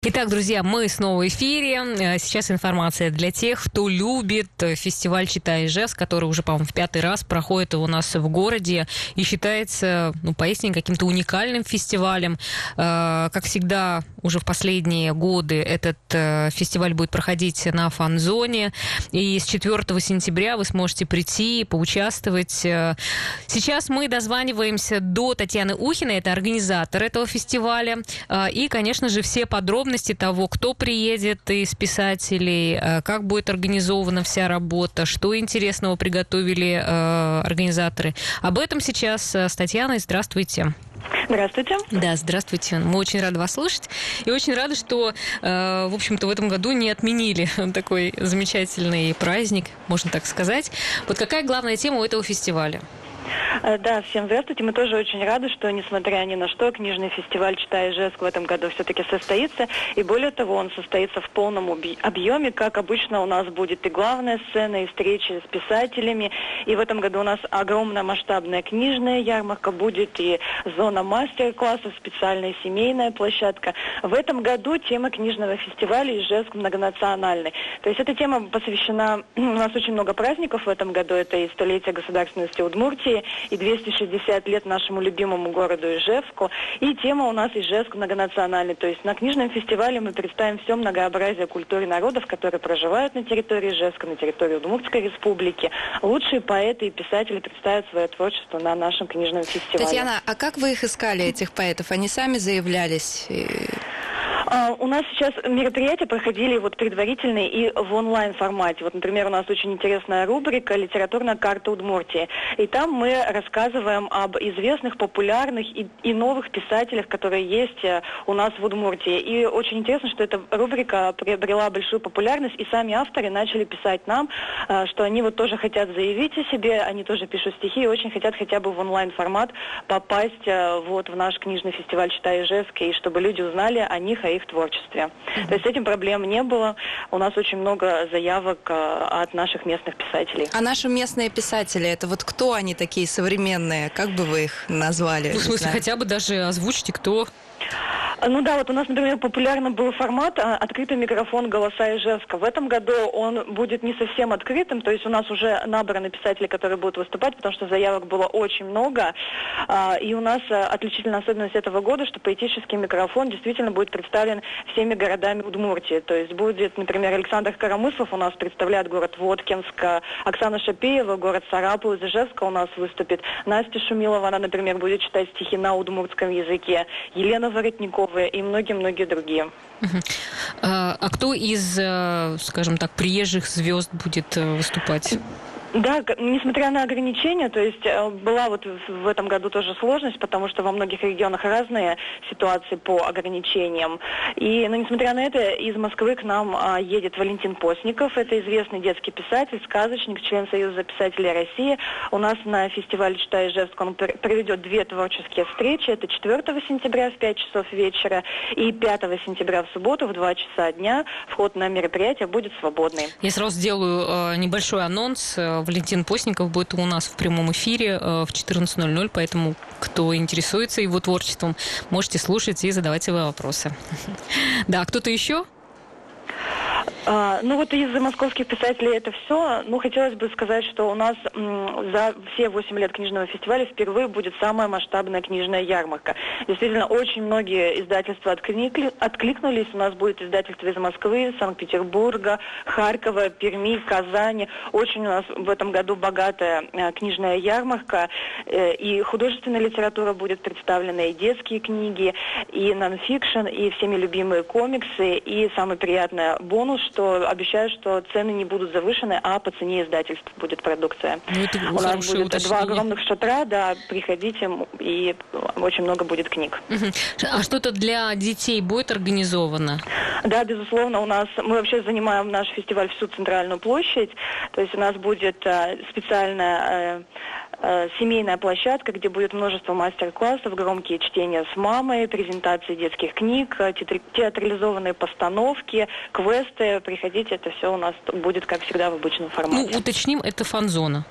Итак, друзья, мы снова в эфире. Сейчас информация для тех, кто любит фестиваль «Читай Ижевск», который уже, по-моему, в 5-й раз проходит у нас в городе и считается, поистине, каким-то уникальным фестивалем. Как всегда, уже в последние годы этот фестиваль будет проходить на фан-зоне. И с 4 сентября вы сможете прийти, поучаствовать. Сейчас мы дозваниваемся до Татьяны Ухиной, это организатор этого фестиваля. И, конечно же, все подробности того, кто приедет из писателей, как будет организована вся работа, что интересного приготовили организаторы. Об этом сейчас с Татьяной. Здравствуйте. Здравствуйте. Да, здравствуйте. Мы очень рады вас слышать. И очень рады, что, в общем-то, в этом году не отменили такой замечательный праздник, можно так сказать. Вот какая главная тема у этого фестиваля? Да, всем здравствуйте. Мы тоже очень рады, что, несмотря ни на что, книжный фестиваль «Читай Ижевск» в этом году все-таки состоится. И более того, он состоится в полном объеме. Как обычно, у нас будет и главная сцена, и встречи с писателями. И в этом году у нас огромная масштабная книжная ярмарка будет, и зона мастер-классов, специальная семейная площадка. В этом году тема книжного фестиваля «Ижевск многонациональный». То есть эта тема посвящена... У нас очень много праздников в этом году. Это и столетие государственности Удмуртии, и 260 лет нашему любимому городу Ижевску. И тема у нас Ижевск многонациональный. То есть на книжном фестивале мы представим все многообразие культуры народов, которые проживают на территории Ижевска, на территории Удмуртской республики. Лучшие поэты и писатели представят свое творчество на нашем книжном фестивале. Татьяна, а как вы их искали, этих поэтов? Они сами заявлялись? У нас сейчас мероприятия проходили предварительные и в онлайн-формате. Например, у нас очень интересная рубрика «Литературная карта Удмуртии». И там мы рассказываем об известных, популярных и новых писателях, которые есть у нас в Удмуртии. И очень интересно, что эта рубрика приобрела большую популярность, и сами авторы начали писать нам, что они тоже хотят заявить о себе, они тоже пишут стихи и очень хотят хотя бы в онлайн-формат попасть в наш книжный фестиваль «Читай Ижевск», и чтобы люди узнали о них, о их творчестве. То есть с этим проблем не было. У нас очень много заявок от наших местных писателей. А наши местные писатели, это кто они такие современные? Как бы вы их назвали? В смысле, хотя бы даже озвучите, кто... у нас, например, популярным был формат «Открытый микрофон. Голоса Ижевска». В этом году он будет не совсем открытым, то есть у нас уже набраны писатели, которые будут выступать, потому что заявок было очень много. И у нас отличительная особенность этого года, что поэтический микрофон действительно будет представлен всеми городами Удмуртии. То есть будет, например, Александр Карамыслов у нас представляет город Воткинск, Оксана Шапеева, город Сарапул, из Ижевска у нас выступит, Настя Шумилова, она, например, будет читать стихи на удмуртском языке, Елена Воротникова и многие-многие другие. А кто из, скажем так, приезжих звезд будет выступать? Да, несмотря на ограничения, то есть была в этом году тоже сложность, потому что во многих регионах разные ситуации по ограничениям. Но несмотря на это, из Москвы к нам едет Валентин Постников. Это известный детский писатель, сказочник, член Союза писателей России. У нас на фестивале «Читай Ижевск» он проведет 2 творческие встречи. Это 4 сентября в 5 часов вечера и 5 сентября в субботу в 2 часа дня. Вход на мероприятие будет свободный. Я сразу сделаю небольшой анонс. Валентин Постников будет у нас в прямом эфире в 14:00, поэтому, кто интересуется его творчеством, можете слушать и задавать свои вопросы. Да, кто-то еще? Из московских писателей это все. Хотелось бы сказать, что у нас за все 8 лет книжного фестиваля впервые будет самая масштабная книжная ярмарка. Действительно, очень многие издательства откликнулись. У нас будет издательство из Москвы, Санкт-Петербурга, Харькова, Перми, Казани. Очень у нас в этом году богатая книжная ярмарка. И художественная литература будет представлена, и детские книги, и нонфикшн, и всеми любимые комиксы. И самый приятный бонус, что обещаю, что цены не будут завышены, а по цене издательств будет продукция. У нас будет 2 огромных шатра, приходите, и очень много будет книг. А что-то для детей будет организовано? Да, безусловно, мы вообще занимаем наш фестиваль всю центральную площадь, то есть у нас будет специальная семейная площадка, где будет множество мастер-классов, громкие чтения с мамой, презентации детских книг, театрализованные постановки, квесты. Приходите, это все у нас будет, как всегда, в обычном формате. Уточним, это фан-зона.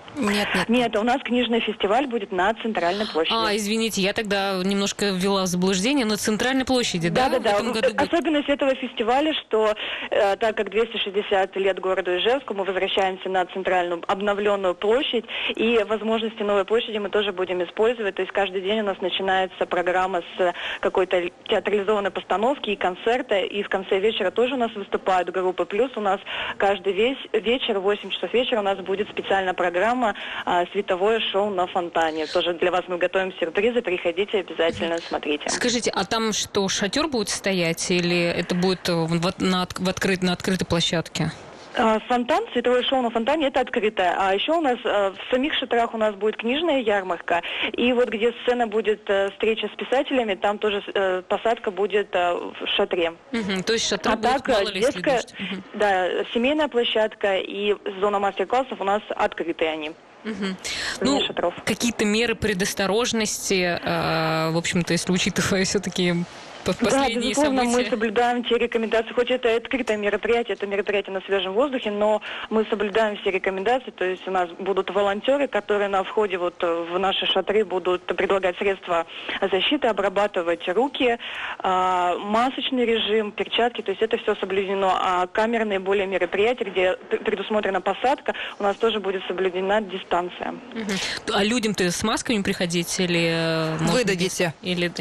Нет, у нас книжный фестиваль будет на Центральной площади. Извините, я тогда немножко ввела в заблуждение, на Центральной площади, да? Да. Особенность этого фестиваля, что так как 260 лет городу Ижевску, мы возвращаемся на центральную обновленную площадь, и возможности новой площади мы тоже будем использовать. То есть каждый день у нас начинается программа с какой-то театрализованной постановки и концерта, и в конце вечера тоже у нас выступают группы. Плюс у нас каждый вечер, в 8 часов вечера у нас будет специальная программа «Световое шоу на фонтане». Тоже для вас мы готовим сюрпризы, приходите, обязательно смотрите. Скажите, а там что, шатер будет стоять или это будет на открытой площадке? Фонтан, световое шоу на фонтане, это открытое. А еще у нас в самих шатрах у нас будет книжная ярмарка. И вот где сцена будет встреча с писателями, там тоже посадка будет в шатре. То есть шатр будет, мало ли, детская, да, семейная площадка и зона мастер-классов у нас открытые они. Ну, какие-то меры предосторожности, в общем-то, если учитывая все-таки последние безусловно, события. мы соблюдаем те рекомендации, хоть это открытое мероприятие, это мероприятие на свежем воздухе, но мы соблюдаем все рекомендации, то есть у нас будут волонтеры, которые на входе вот в наши шатры будут предлагать средства защиты, обрабатывать руки, масочный режим, перчатки, то есть это все соблюдено, а камерные более мероприятия, где предусмотрена посадка, у нас тоже будет соблюдена дистанция. А людям-то с масками приходить или... Выдадите? Или...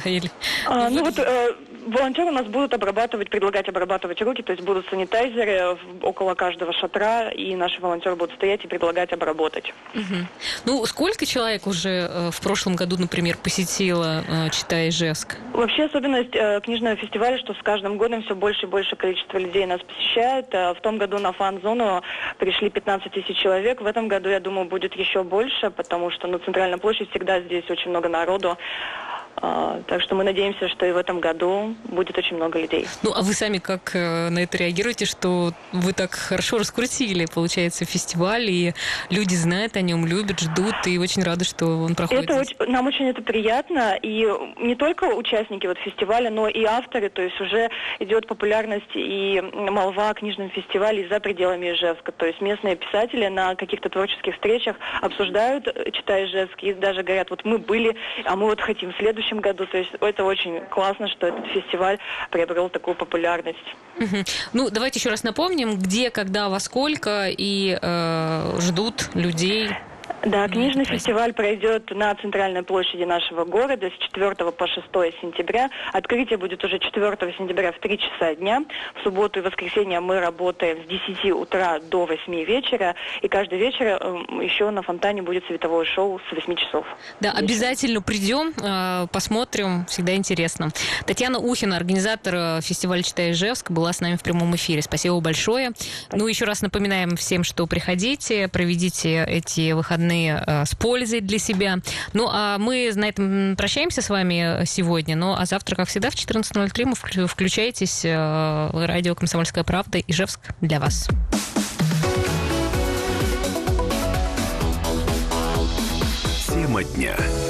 Волонтеры у нас будут предлагать обрабатывать руки, то есть будут санитайзеры около каждого шатра, и наши волонтеры будут стоять и предлагать обработать. Ну, сколько человек уже в прошлом году, например, посетило «Читай Ижевск»? Вообще особенность книжного фестиваля, что с каждым годом все больше и больше количество людей нас посещает. В том году на фан-зону пришли 15 тысяч человек. В этом году, я думаю, будет еще больше, потому что на Центральной площади всегда здесь очень много народу. Так что мы надеемся, что и в этом году будет очень много людей. Ну, а вы сами как на это реагируете, что вы так хорошо раскрутили, получается, фестиваль, и люди знают о нем, любят, ждут, и очень рады, что он проходит? Нам очень это приятно, и не только участники фестиваля, но и авторы, то есть уже идет популярность и молва о книжном фестивале за пределами Ижевска, то есть местные писатели на каких-то творческих встречах обсуждают «Читай Ижевск», и даже говорят, мы были, а мы хотим в следующем году. То есть это очень классно, что этот фестиваль приобрел такую популярность. Ну, давайте еще раз напомним, где, когда, во сколько и ждут людей. Да, книжный фестиваль пройдет на Центральной площади нашего города с 4 по 6 сентября. Открытие будет уже 4 сентября в 3 часа дня. В субботу и воскресенье мы работаем с 10 утра до 8 вечера. И каждый вечер еще на фонтане будет световое шоу с 8 часов. Да, вечера. Обязательно придем, посмотрим. Всегда интересно. Татьяна Ухина, организатор фестиваля «Читай Ижевск», была с нами в прямом эфире. Спасибо большое. Спасибо. Ну, еще раз напоминаем всем, что приходите, проведите эти выходные с пользой для себя. Ну, а мы на этом прощаемся с вами сегодня. Ну, а завтра, как всегда, в 14:03 включайтесь. Радио «Комсомольская правда», Ижевск для вас. Тема дня.